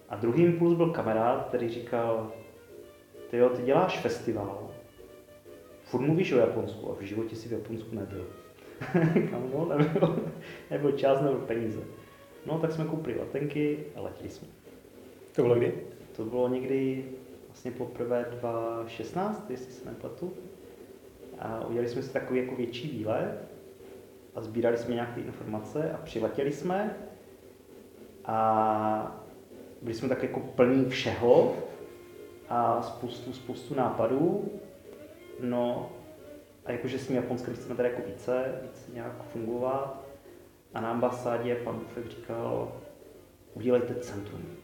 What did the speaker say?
A druhý impuls byl kamarád, který říkal, tyjo, ty děláš festival, furt mluvíš o Japonsku a v životě si v Japonsku nebyl. Kam nebyl čas, nebyl peníze. No tak jsme koupili letenky a letěli jsme. To bylo kdy? To bylo někdy vlastně poprvé 2016, jestli se nepletu. A udělali jsme si takový jako větší výlet a sbírali jsme nějaké informace a přiletěli jsme a byli jsme tak jako plní všeho a spoustu nápadů. No a jakože s tím Japonskem chceme tady jako více nějak fungovat a na ambasádě pan Bufek říkal, udělejte centrum.